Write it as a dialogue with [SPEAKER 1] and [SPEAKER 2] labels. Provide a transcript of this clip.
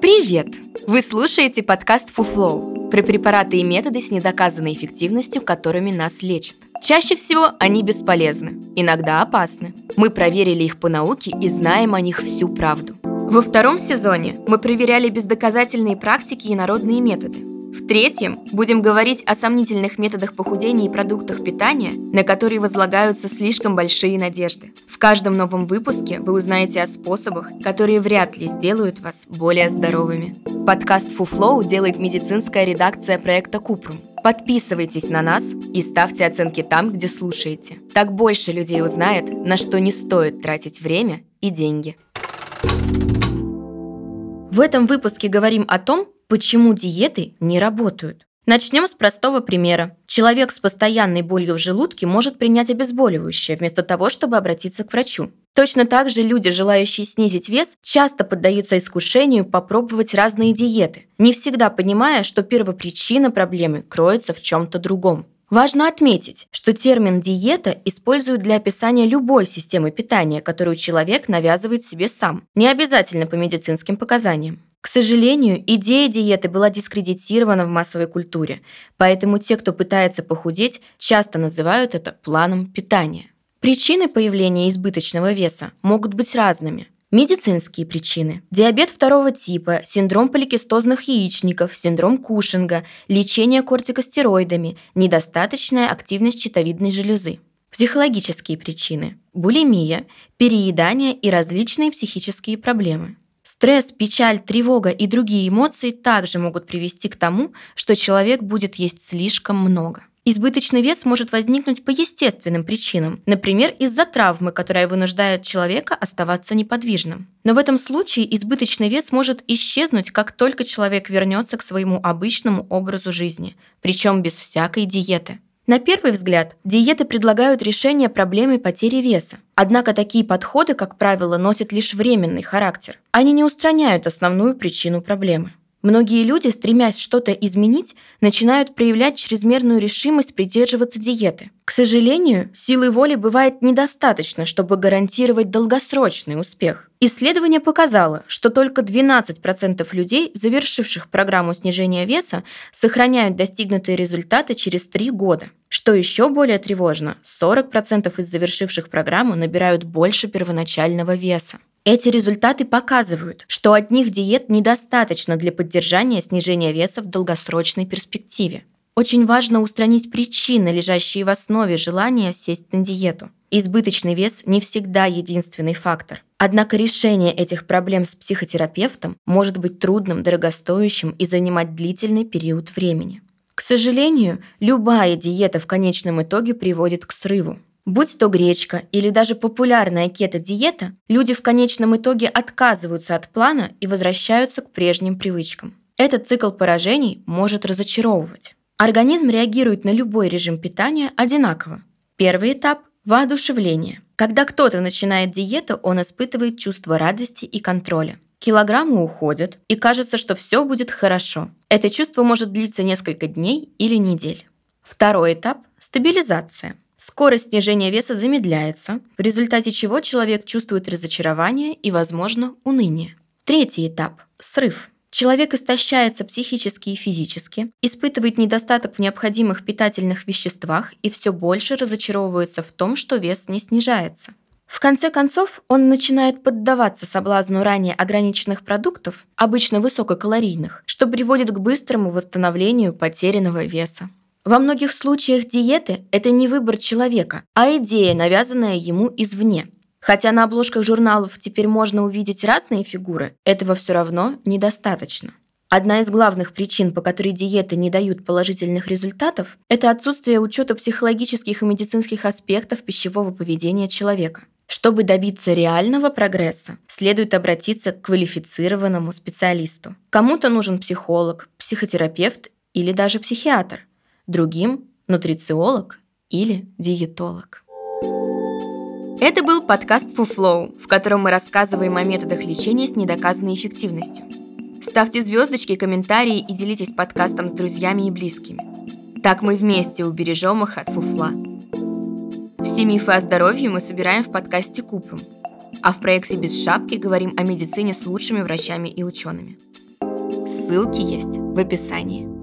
[SPEAKER 1] Привет! Вы слушаете подкаст «Фуфлоу» про препараты и методы с недоказанной эффективностью, которыми нас лечат. Чаще всего они бесполезны, иногда опасны. Мы проверили их по науке и знаем о них всю правду. Во втором сезоне мы проверяли бездоказательные практики и народные методы. В третьем будем говорить о сомнительных методах похудения и продуктах питания, на которые возлагаются слишком большие надежды. В каждом новом выпуске вы узнаете о способах, которые вряд ли сделают вас более здоровыми. Подкаст «Фуфлоу» делает медицинская редакция проекта «Купрум». Подписывайтесь на нас и ставьте оценки там, где слушаете. Так больше людей узнает, на что не стоит тратить время и деньги. В этом выпуске говорим о том, почему диеты не работают. Начнем с простого примера. Человек с постоянной болью в желудке может принять обезболивающее, вместо того, чтобы обратиться к врачу. Точно так же люди, желающие снизить вес, часто поддаются искушению попробовать разные диеты, не всегда понимая, что первопричина проблемы кроется в чем-то другом. Важно отметить, что термин «диета» используют для описания любой системы питания, которую человек навязывает себе сам, не обязательно по медицинским показаниям. К сожалению, идея диеты была дискредитирована в массовой культуре, поэтому те, кто пытается похудеть, часто называют это планом питания. Причины появления избыточного веса могут быть разными. Медицинские причины. Диабет второго типа, синдром поликистозных яичников, синдром Кушинга, лечение кортикостероидами, недостаточная активность щитовидной железы. Психологические причины. Булимия, переедание и различные психические проблемы. Стресс, печаль, тревога и другие эмоции также могут привести к тому, что человек будет есть слишком много. Избыточный вес может возникнуть по естественным причинам, например, из-за травмы, которая вынуждает человека оставаться неподвижным. Но в этом случае избыточный вес может исчезнуть, как только человек вернется к своему обычному образу жизни, причем без всякой диеты. На первый взгляд, диеты предлагают решение проблемы потери веса. Однако такие подходы, как правило, носят лишь временный характер. Они не устраняют основную причину проблемы. Многие люди, стремясь что-то изменить, начинают проявлять чрезмерную решимость придерживаться диеты. К сожалению, силы воли бывает недостаточно, чтобы гарантировать долгосрочный успех. Исследование показало, что только 12% людей, завершивших программу снижения веса, сохраняют достигнутые результаты через 3 года. Что еще более тревожно, 40% из завершивших программу набирают больше первоначального веса. Эти результаты показывают, что одних диет недостаточно для поддержания снижения веса в долгосрочной перспективе. Очень важно устранить причины, лежащие в основе желания сесть на диету. Избыточный вес не всегда единственный фактор. Однако решение этих проблем с психотерапевтом может быть трудным, дорогостоящим и занимать длительный период времени. К сожалению, любая диета в конечном итоге приводит к срыву. Будь то гречка или даже популярная кето-диета, люди в конечном итоге отказываются от плана и возвращаются к прежним привычкам. Этот цикл поражений может разочаровывать. Организм реагирует на любой режим питания одинаково. Первый этап – воодушевление. Когда кто-то начинает диету, он испытывает чувство радости и контроля. Килограммы уходят, и кажется, что все будет хорошо. Это чувство может длиться несколько дней или недель. Второй этап – стабилизация. Скорость снижения веса замедляется, в результате чего человек чувствует разочарование и, возможно, уныние. Третий этап – срыв. Человек истощается психически и физически, испытывает недостаток в необходимых питательных веществах и все больше разочаровывается в том, что вес не снижается. В конце концов, он начинает поддаваться соблазну ранее ограниченных продуктов, обычно высококалорийных, что приводит к быстрому восстановлению потерянного веса. Во многих случаях диеты – это не выбор человека, а идея, навязанная ему извне. Хотя на обложках журналов теперь можно увидеть разные фигуры, этого все равно недостаточно. Одна из главных причин, по которой диеты не дают положительных результатов, это отсутствие учета психологических и медицинских аспектов пищевого поведения человека. Чтобы добиться реального прогресса, следует обратиться к квалифицированному специалисту. Кому-то нужен психолог, психотерапевт или даже психиатр. Другим – нутрициолог или диетолог. Это был подкаст «Фуфлоу», в котором мы рассказываем о методах лечения с недоказанной эффективностью. Ставьте звездочки, комментарии и делитесь подкастом с друзьями и близкими. Так мы вместе убережем их от фуфла. Все мифы о здоровье мы собираем в подкасте «Купрум», а в проекте «Без шапки» говорим о медицине с лучшими врачами и учеными. Ссылки есть в описании.